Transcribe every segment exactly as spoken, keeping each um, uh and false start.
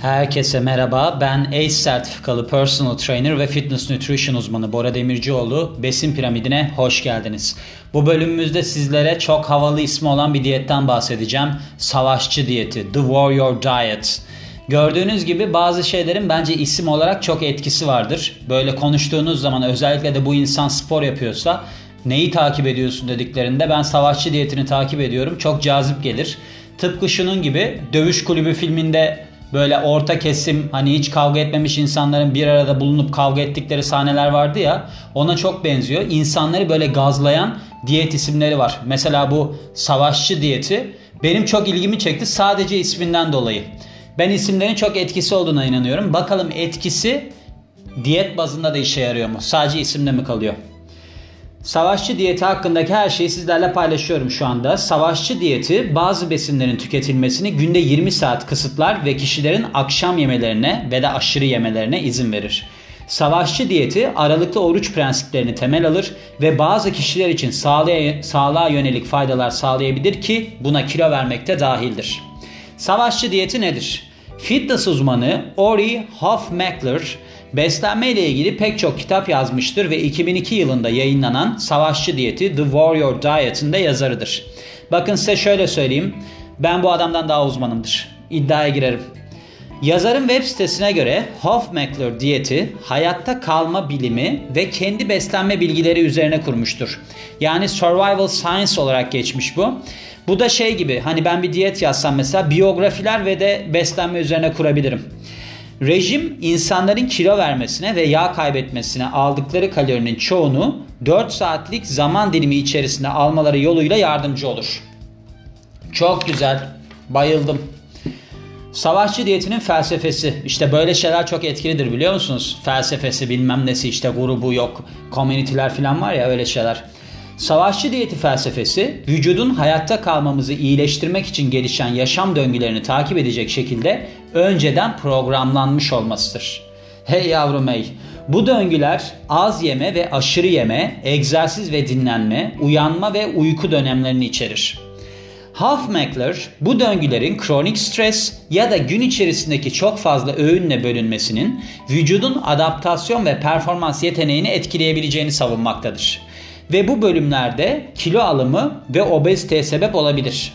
Herkese merhaba. Ben A C E sertifikalı personal trainer ve fitness nutrition uzmanı Bora Demircioğlu. Besin piramidine hoş geldiniz. Bu bölümümüzde sizlere çok havalı ismi olan bir diyetten bahsedeceğim. Savaşçı diyeti, The Warrior Diet. Gördüğünüz gibi bazı şeylerin bence isim olarak çok etkisi vardır. Böyle konuştuğunuz zaman, özellikle de bu insan spor yapıyorsa, neyi takip ediyorsun dediklerinde ben savaşçı diyetini takip ediyorum. Çok cazip gelir. Tıpkı şunun gibi, Dövüş Kulübü filminde böyle orta kesim, hani hiç kavga etmemiş insanların bir arada bulunup kavga ettikleri sahneler vardı ya, ona çok benziyor. İnsanları böyle gazlayan diyet isimleri var. Mesela bu savaşçı diyeti benim çok ilgimi çekti sadece isminden dolayı. Ben isimlerin çok etkisi olduğuna inanıyorum. Bakalım etkisi diyet bazında da işe yarıyor mu? Sadece isimde mi kalıyor? Savaşçı diyeti hakkındaki her şeyi sizlerle paylaşıyorum şu anda. Savaşçı diyeti bazı besinlerin tüketilmesini günde yirmi saat kısıtlar ve kişilerin akşam yemelerine ve de aşırı yemelerine izin verir. Savaşçı diyeti aralıklı oruç prensiplerini temel alır ve bazı kişiler için sağlığa, sağlığa yönelik faydalar sağlayabilir ki buna kilo vermek de dahildir. Savaşçı diyeti nedir? Fitness uzmanı Ori Hofmekler beslenme ile ilgili pek çok kitap yazmıştır ve iki bin iki yılında yayınlanan Savaşçı Diyeti The Warrior Diet'in de yazarıdır. Bakın size şöyle söyleyeyim, ben bu adamdan daha uzmanımdır. İddiaya girerim. Yazarın web sitesine göre Hofmekler diyeti hayatta kalma bilimi ve kendi beslenme bilgileri üzerine kurmuştur. Yani survival science olarak geçmiş bu. Bu da şey gibi, hani ben bir diyet yazsam mesela biyografiler ve de beslenme üzerine kurabilirim. Rejim insanların kilo vermesine ve yağ kaybetmesine aldıkları kalorinin çoğunu dört saatlik zaman dilimi içerisinde almaları yoluyla yardımcı olur. Çok güzel, bayıldım. Savaşçı diyetinin felsefesi, işte böyle şeyler çok etkilidir biliyor musunuz? Felsefesi bilmem nesi, işte grubu yok, komüniteler falan var ya, öyle şeyler. Savaşçı diyeti felsefesi, vücudun hayatta kalmamızı iyileştirmek için gelişen yaşam döngülerini takip edecek şekilde önceden programlanmış olmasıdır. Hey yavrum hey! Bu döngüler az yeme ve aşırı yeme, egzersiz ve dinlenme, uyanma ve uyku dönemlerini içerir. Hofmekler bu döngülerin kronik stres ya da gün içerisindeki çok fazla öğünle bölünmesinin vücudun adaptasyon ve performans yeteneğini etkileyebileceğini savunmaktadır. Ve bu bölümlerde kilo alımı ve obeziteye sebep olabilir.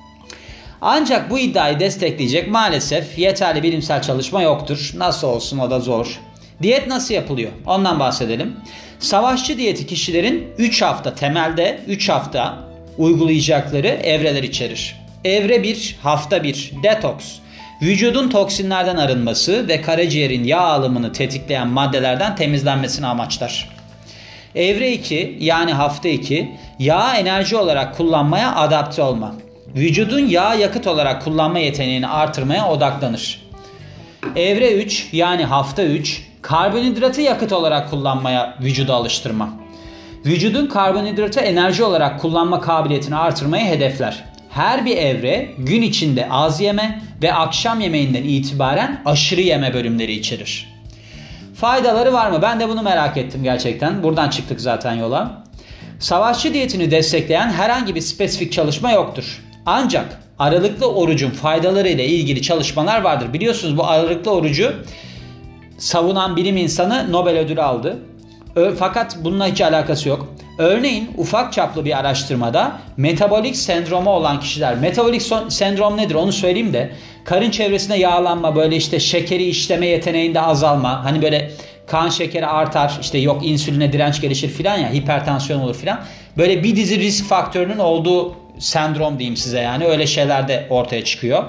Ancak bu iddiayı destekleyecek maalesef yeterli bilimsel çalışma yoktur. Nasıl olsun, o da zor. Diyet nasıl yapılıyor? Ondan bahsedelim. Savaşçı diyeti kişilerin üç hafta, temelde üç hafta uygulayacakları evreler içerir. Evre bir, hafta bir, detoks. Vücudun toksinlerden arınması ve karaciğerin yağ alımını tetikleyen maddelerden temizlenmesini amaçlar. Evre iki, yani hafta iki, yağ enerji olarak kullanmaya adapte olma. Vücudun yağ yakıt olarak kullanma yeteneğini artırmaya odaklanır. Evre üç, yani hafta üç, karbonhidratı yakıt olarak kullanmaya vücudu alıştırma. Vücudun karbonhidratı enerji olarak kullanma kabiliyetini artırmayı hedefler. Her bir evre gün içinde az yeme ve akşam yemeğinden itibaren aşırı yeme bölümleri içerir. Faydaları var mı? Ben de bunu merak ettim gerçekten. Buradan çıktık zaten yola. Savaşçı diyetini destekleyen herhangi bir spesifik çalışma yoktur. Ancak aralıklı orucun faydaları ile ilgili çalışmalar vardır. Biliyorsunuz bu aralıklı orucu savunan bilim insanı Nobel ödülü aldı. Fakat bununla hiç alakası yok. Örneğin ufak çaplı bir araştırmada metabolik sendromu olan kişiler, metabolik sendrom nedir onu söyleyeyim de, karın çevresinde yağlanma, böyle işte şekeri işleme yeteneğinde azalma, hani böyle kan şekeri artar, işte yok insüline direnç gelişir filan ya, hipertansiyon olur filan, böyle bir dizi risk faktörünün olduğu sendrom diyeyim size, yani öyle şeyler de ortaya çıkıyor.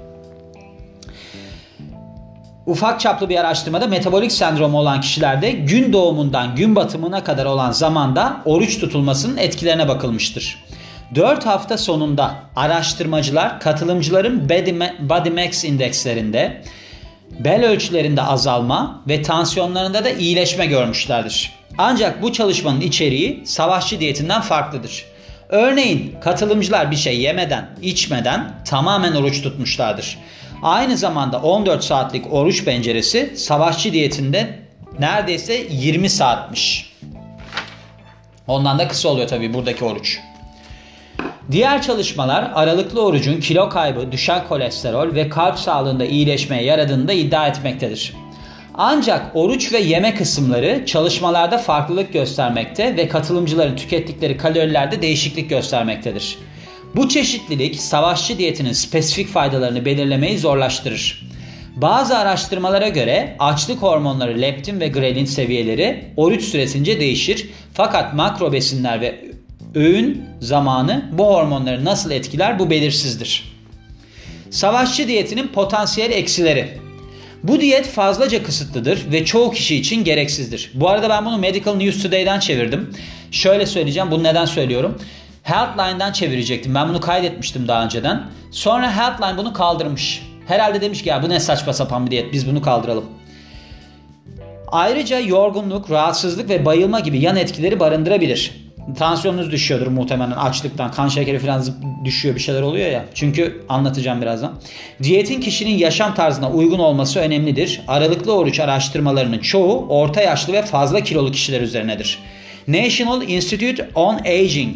Ufak çaplı bir araştırmada metabolik sendromu olan kişilerde gün doğumundan gün batımına kadar olan zamanda oruç tutulmasının etkilerine bakılmıştır. dört hafta sonunda araştırmacılar katılımcıların Body Mass indekslerinde, bel ölçülerinde azalma ve tansiyonlarında da iyileşme görmüşlerdir. Ancak bu çalışmanın içeriği savaşçı diyetinden farklıdır. Örneğin katılımcılar bir şey yemeden, içmeden tamamen oruç tutmuşlardır. Aynı zamanda on dört saatlik oruç penceresi savaşçı diyetinde neredeyse yirmi saatmiş. Ondan da kısa oluyor tabii buradaki oruç. Diğer çalışmalar aralıklı orucun kilo kaybı, düşen kolesterol ve kalp sağlığında iyileşmeye yaradığını da iddia etmektedir. Ancak oruç ve yeme kısımları çalışmalarda farklılık göstermekte ve katılımcıların tükettikleri kalorilerde değişiklik göstermektedir. Bu çeşitlilik savaşçı diyetinin spesifik faydalarını belirlemeyi zorlaştırır. Bazı araştırmalara göre açlık hormonları leptin ve grelin seviyeleri oruç süresince değişir. Fakat makro besinler ve öğün zamanı bu hormonları nasıl etkiler bu belirsizdir. Savaşçı diyetinin potansiyel eksileri. Bu diyet fazlaca kısıtlıdır ve çoğu kişi için gereksizdir. Bu arada ben bunu Medical News Today'den çevirdim. Şöyle söyleyeceğim, bunu neden söylüyorum? Healthline'dan çevirecektim. Ben bunu kaydetmiştim daha önceden. Sonra Healthline bunu kaldırmış. Herhalde demiş ki ya bu ne saçma sapan bir diyet, biz bunu kaldıralım. Ayrıca yorgunluk, rahatsızlık ve bayılma gibi yan etkileri barındırabilir. Tansiyonunuz düşüyordur muhtemelen açlıktan, kan şekeri falan düşüyor, bir şeyler oluyor ya. Çünkü anlatacağım birazdan. Diyetin kişinin yaşam tarzına uygun olması önemlidir. Aralıklı oruç araştırmalarının çoğu orta yaşlı ve fazla kilolu kişiler üzerinedir. National Institute on Aging,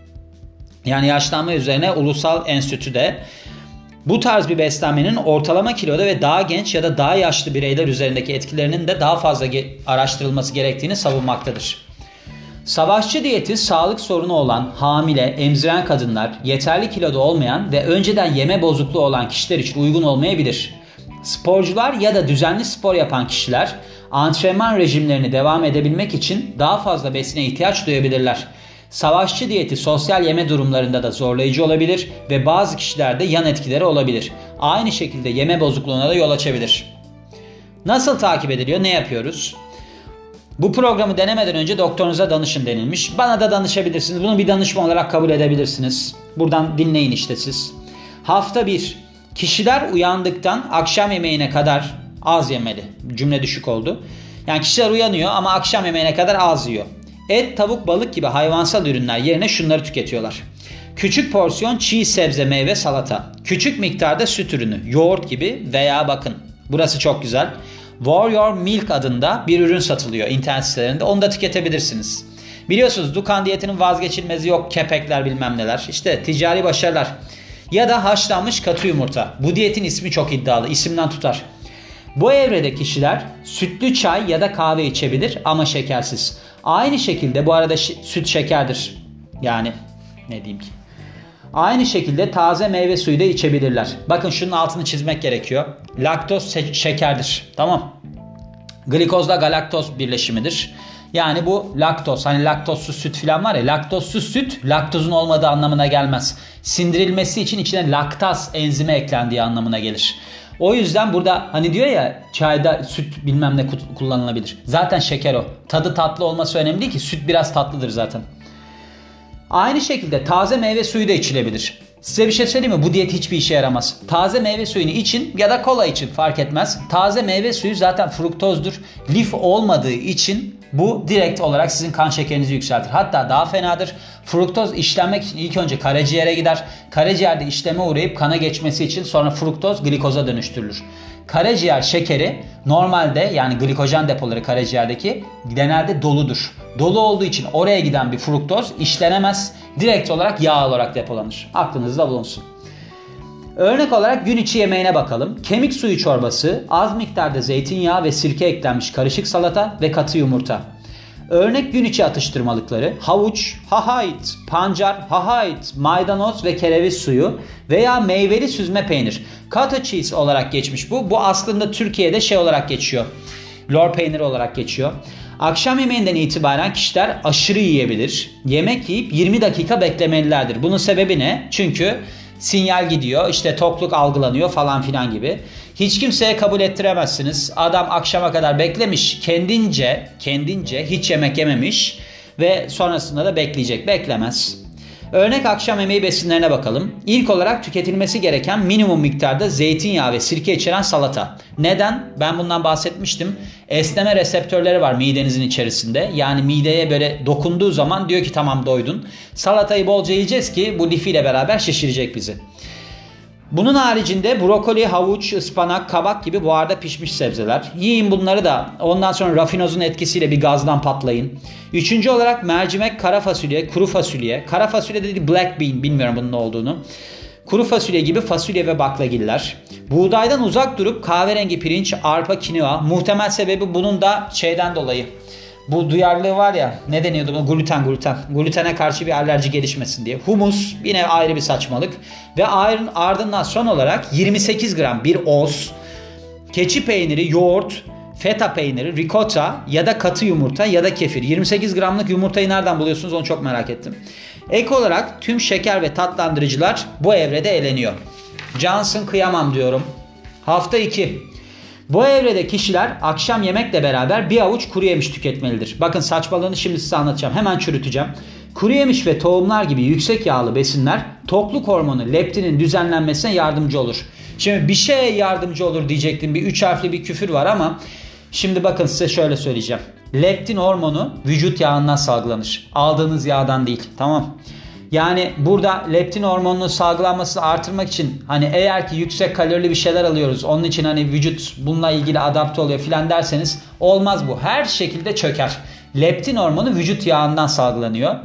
yani yaşlanma üzerine ulusal enstitüde bu tarz bir beslenmenin ortalama kiloda ve daha genç ya da daha yaşlı bireyler üzerindeki etkilerinin de daha fazla ge- araştırılması gerektiğini savunmaktadır. Savaşçı diyeti sağlık sorunu olan, hamile, emziren kadınlar, yeterli kiloda olmayan ve önceden yeme bozukluğu olan kişiler için uygun olmayabilir. Sporcular ya da düzenli spor yapan kişiler antrenman rejimlerini devam edebilmek için daha fazla besine ihtiyaç duyabilirler. Savaşçı diyeti sosyal yeme durumlarında da zorlayıcı olabilir ve bazı kişilerde yan etkileri olabilir. Aynı şekilde yeme bozukluğuna da yol açabilir. Nasıl takip ediliyor? Ne yapıyoruz? Bu programı denemeden önce doktorunuza danışın denilmiş. Bana da danışabilirsiniz. Bunu bir danışma olarak kabul edebilirsiniz. Buradan dinleyin işte siz. Hafta bir. Kişiler uyandıktan akşam yemeğine kadar az yemeli. Cümle düşük oldu. Yani kişiler uyanıyor ama akşam yemeğine kadar az yiyor. Et, tavuk, balık gibi hayvansal ürünler yerine şunları tüketiyorlar. Küçük porsiyon çiğ sebze, meyve, salata. Küçük miktarda süt ürünü, yoğurt gibi veya bakın burası çok güzel. Warrior Milk adında bir ürün satılıyor internet sitelerinde. Onu da tüketebilirsiniz. Biliyorsunuz Dukan diyetinin vazgeçilmezi yok. Kepekler bilmem neler. İşte ticari başarılar. Ya da haşlanmış katı yumurta. Bu diyetin ismi çok iddialı. İsimden tutar. Bu evrede kişiler sütlü çay ya da kahve içebilir ama şekersiz. Aynı şekilde bu arada süt şekerdir. Yani ne diyeyim ki. Aynı şekilde taze meyve suyu da içebilirler. Bakın şunun altını çizmek gerekiyor. Laktoz şekerdir. Tamam. Glikozla galaktoz birleşimidir. Yani bu laktoz. Hani laktozsuz süt falan var ya. Laktozsuz süt laktozun olmadığı anlamına gelmez. Sindirilmesi için içine laktaz enzimi eklendiği anlamına gelir. O yüzden burada hani diyor ya çayda süt bilmem ne kullanılabilir. Zaten şeker o. Tadı tatlı olması önemli değil ki. Süt biraz tatlıdır zaten. Aynı şekilde taze meyve suyu da içilebilir. Size bir şey söyleyeyim mi? Bu diyet hiçbir işe yaramaz. Taze meyve suyunu için ya da kola için fark etmez. Taze meyve suyu zaten fruktozdur. Lif olmadığı için bu direkt olarak sizin kan şekerinizi yükseltir. Hatta daha fenadır. Fruktoz işlenmek için ilk önce karaciğere gider. Karaciğerde işleme uğrayıp kana geçmesi için sonra fruktoz glikoza dönüştürülür. Karaciğer şekeri normalde, yani glikojen depoları karaciğerdeki genelde doludur. Dolu olduğu için oraya giden bir fruktoz işlenemez. Direkt olarak yağ olarak depolanır. Aklınızda bulunsun. Örnek olarak gün içi yemeğine bakalım. Kemik suyu çorbası, az miktarda zeytinyağı ve sirke eklenmiş karışık salata ve katı yumurta. Örnek gün içi atıştırmalıkları havuç, hahayt, pancar, hahayt, maydanoz ve kereviz suyu veya meyveli süzme peynir. Cottage cheese olarak geçmiş bu. Bu aslında Türkiye'de şey olarak geçiyor. Lor peyniri olarak geçiyor. Akşam yemeğinden itibaren kişiler aşırı yiyebilir. Yemek yiyip yirmi dakika beklemelilerdir. Bunun sebebi ne? Çünkü sinyal gidiyor, işte tokluk algılanıyor falan filan gibi. Hiç kimseye kabul ettiremezsiniz. Adam akşama kadar beklemiş, kendince, kendince hiç yemek yememiş ve sonrasında da bekleyecek. Beklemez. Örnek akşam yemeği besinlerine bakalım. İlk olarak tüketilmesi gereken minimum miktarda zeytinyağı ve sirke içeren salata. Neden? Ben bundan bahsetmiştim. Esneme reseptörleri var midenizin içerisinde. Yani mideye böyle dokunduğu zaman diyor ki tamam doydun. Salatayı bolca yiyeceğiz ki bu lifiyle beraber şişirecek bizi. Bunun haricinde brokoli, havuç, ıspanak, kabak gibi buharda pişmiş sebzeler. Yiyin bunları da ondan sonra rafinozun etkisiyle bir gazdan patlayın. Üçüncü olarak mercimek, kara fasulye, kuru fasulye. Kara fasulye dedi black bean, bilmiyorum bunun ne olduğunu. Kuru fasulye gibi fasulye ve baklagiller. Buğdaydan uzak durup kahverengi pirinç, arpa, kinoa. Muhtemel sebebi bunun da şeyden dolayı. Bu duyarlılığı var ya, ne deniyordu bu? Gluten, gluten. Glutene karşı bir alerji gelişmesin diye. Humus yine ayrı bir saçmalık. Ve ardından son olarak yirmi sekiz gram bir oz, keçi peyniri, yoğurt, feta peyniri, ricotta ya da katı yumurta ya da kefir. yirmi sekiz gramlık yumurtayı nereden buluyorsunuz onu çok merak ettim. Ek olarak tüm şeker ve tatlandırıcılar bu evrede eleniyor. Johnson kıyamam diyorum. Hafta iki. Bu evrede kişiler akşam yemekle beraber bir avuç kuru yemiş tüketmelidir. Bakın saçmalığını şimdi size anlatacağım. Hemen çürüteceğim. Kuru yemiş ve tohumlar gibi yüksek yağlı besinler tokluk hormonu leptinin düzenlenmesine yardımcı olur. Şimdi bir şeye yardımcı olur diyecektim. Bir üç harfli bir küfür var ama şimdi bakın size şöyle söyleyeceğim. Leptin hormonu vücut yağından salgılanır. Aldığınız yağdan değil. Tamam. Yani burada leptin hormonunun salgılanmasını artırmak için hani eğer ki yüksek kalorili bir şeyler alıyoruz, onun için hani vücut bununla ilgili adapte oluyor filan derseniz olmaz bu. Her şekilde çöker. Leptin hormonu vücut yağından salgılanıyor.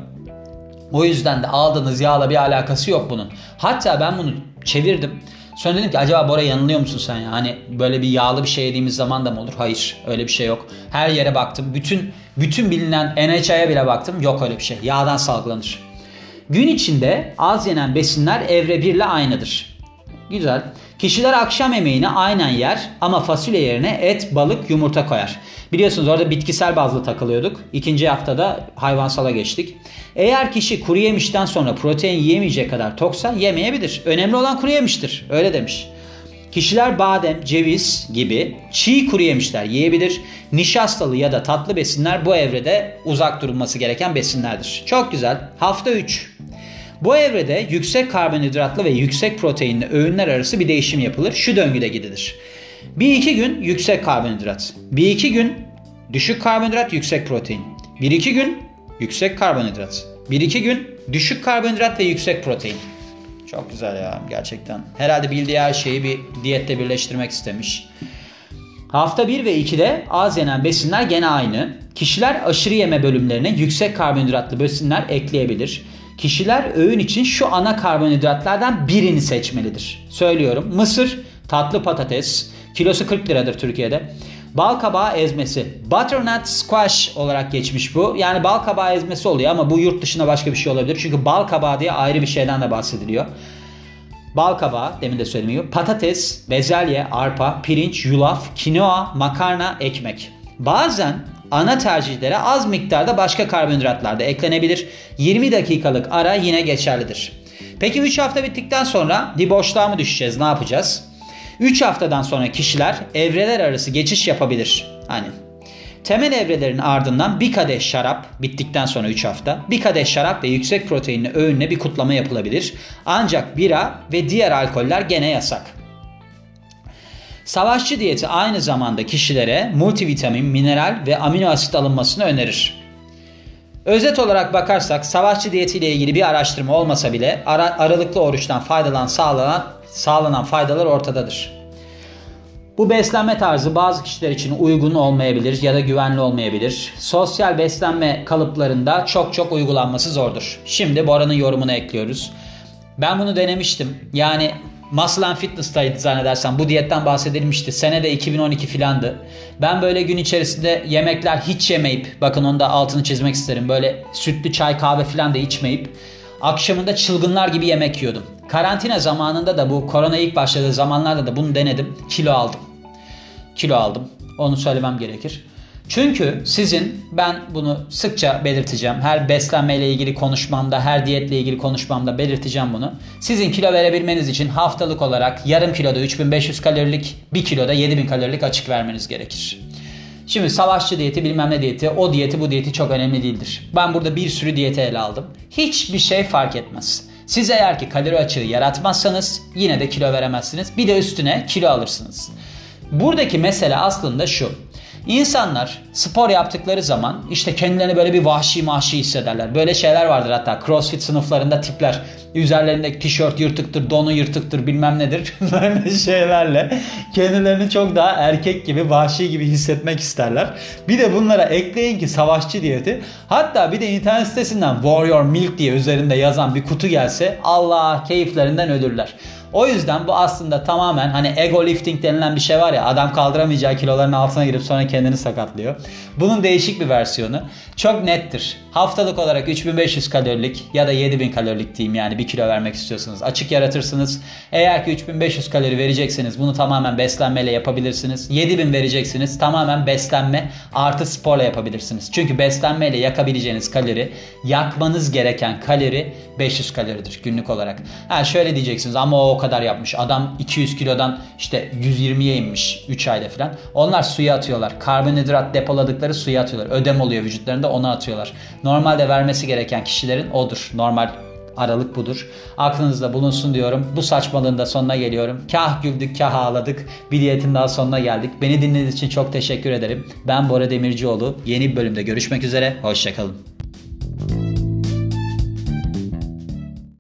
O yüzden de aldığınız yağla bir alakası yok bunun. Hatta ben bunu çevirdim. Sonra dedim ki acaba Bora yanılıyor musun sen ya? Hani böyle bir yağlı bir şey yediğimiz zaman da mı olur? Hayır, öyle bir şey yok. Her yere baktım. Bütün bütün bilinen N H I'ye bile baktım. Yok öyle bir şey. Yağdan salgılanır. Gün içinde az yenen besinler evre bir ile aynıdır. Güzel. Kişiler akşam yemeğini aynen yer ama fasulye yerine et, balık, yumurta koyar. Biliyorsunuz orada bitkisel bazlı takılıyorduk. İkinci haftada hayvansala geçtik. Eğer kişi kuru yemişten sonra protein yiyemeyecek kadar toksa yemeyebilir. Önemli olan kuru yemiştir. Öyle demiş. Kişiler badem, ceviz gibi çiğ kuru yemişler yiyebilir. Nişastalı ya da tatlı besinler bu evrede uzak durulması gereken besinlerdir. Çok güzel. Hafta üç. Bu evrede yüksek karbonhidratlı ve yüksek proteinli öğünler arası bir değişim yapılır. Şu döngüde gidilir. Bir iki gün yüksek karbonhidrat. Bir iki gün düşük karbonhidrat, yüksek protein. Bir iki gün yüksek karbonhidrat. Bir iki gün düşük karbonhidrat ve yüksek protein. Çok güzel ya gerçekten. Herhalde bildiği her şeyi bir diyette birleştirmek istemiş. Hafta bir ve ikide az yenen besinler gene aynı. Kişiler aşırı yeme bölümlerine yüksek karbonhidratlı besinler ekleyebilir. Kişiler öğün için şu ana karbonhidratlardan birini seçmelidir. Söylüyorum. Mısır, tatlı patates, kilosu kırk liradır Türkiye'de. Bal kabağı ezmesi. Butternut squash olarak geçmiş bu. Yani bal kabağı ezmesi oluyor ama bu yurt dışında başka bir şey olabilir. Çünkü bal kabağı diye ayrı bir şeyden de bahsediliyor. Bal kabağı, demin de söylediğim gibi, patates, bezelye, arpa, pirinç, yulaf, kinoa, makarna, ekmek. Bazen ana tercihlere az miktarda başka karbonhidratlar da eklenebilir. yirmi dakikalık ara yine geçerlidir. Peki üç hafta bittikten sonra bir boşluğa mı düşeceğiz? Ne yapacağız? üç haftadan sonra kişiler evreler arası geçiş yapabilir. Hani temel evrelerin ardından bir kadeh şarap bittikten sonra üç hafta bir kadeh şarap ve yüksek proteinli öğünle bir kutlama yapılabilir. Ancak bira ve diğer alkoller gene yasak. Savaşçı diyeti aynı zamanda kişilere multivitamin, mineral ve amino asit alınmasını önerir. Özet olarak bakarsak savaşçı diyetiyle ilgili bir araştırma olmasa bile ara, aralıklı oruçtan faydalan sağlanan, sağlanan faydalar ortadadır. Bu beslenme tarzı bazı kişiler için uygun olmayabilir ya da güvenli olmayabilir. Sosyal beslenme kalıplarında çok çok uygulanması zordur. Şimdi Bora'nın yorumunu ekliyoruz. Ben bunu denemiştim. Yani Muscle and Fitness'taydı zannedersem. Bu diyetten bahsedilmişti. Sene de iki bin on iki filandı. Ben böyle gün içerisinde yemekler hiç yemeyip, bakın onu da altını çizmek isterim. Böyle sütlü çay kahve filan da içmeyip akşamında çılgınlar gibi yemek yiyordum. Karantina zamanında da bu korona ilk başladığı zamanlarda da bunu denedim. Kilo aldım. Kilo aldım. Onu söylemem gerekir. Çünkü sizin, ben bunu sıkça belirteceğim. Her beslenmeyle ilgili konuşmamda, her diyetle ilgili konuşmamda belirteceğim bunu. Sizin kilo verebilmeniz için haftalık olarak yarım kiloda üç bin beş yüz kalorilik, bir kiloda yedi bin kalorilik açık vermeniz gerekir. Şimdi savaşçı diyeti, bilmem ne diyeti, o diyeti, bu diyeti çok önemli değildir. Ben burada bir sürü diyeti ele aldım. Hiçbir şey fark etmez. Siz eğer ki kalori açığı yaratmazsanız yine de kilo veremezsiniz. Bir de üstüne kilo alırsınız. Buradaki mesele aslında şu. İnsanlar spor yaptıkları zaman işte kendilerini böyle bir vahşi mahşi hissederler. Böyle şeyler vardır hatta CrossFit sınıflarında tipler üzerlerindeki tişört yırtıktır, donu yırtıktır bilmem nedir. Böyle şeylerle kendilerini çok daha erkek gibi, vahşi gibi hissetmek isterler. Bir de bunlara ekleyin ki savaşçı diyeti. Hatta bir de internet sitesinden Warrior Milk diye üzerinde yazan bir kutu gelse Allah keyiflerinden ölürler. O yüzden bu aslında tamamen hani ego lifting denilen bir şey var ya, adam kaldıramayacağı kiloların altına girip sonra kendini sakatlıyor. Bunun değişik bir versiyonu. Çok nettir. Haftalık olarak üç bin beş yüz kalorilik ya da yedi bin kalorilik diyeyim, yani bir kilo vermek istiyorsanız açık yaratırsınız. Eğer ki üç bin beş yüz kalori vereceksiniz, bunu tamamen beslenmeyle yapabilirsiniz. yedi bin vereceksiniz, tamamen beslenme artı sporla yapabilirsiniz. Çünkü beslenmeyle yakabileceğiniz kalori, yakmanız gereken kalori beş yüz kaloridir günlük olarak. Ha şöyle diyeceksiniz ama o kadar yapmış. Adam iki yüz kilodan işte yüz yirmiye inmiş üç ayda falan. Onlar suya atıyorlar. Karbonhidrat depoladıkları suya atıyorlar. Ödem oluyor vücutlarında, onu atıyorlar. Normalde vermesi gereken kişilerin odur. Normal aralık budur. Aklınızda bulunsun diyorum. Bu saçmalığın da sonuna geliyorum. Kah güldük kah ağladık. Bir diyetin daha sonuna geldik. Beni dinlediğiniz için çok teşekkür ederim. Ben Bora Demircioğlu. Yeni bir bölümde görüşmek üzere. Hoşçakalın.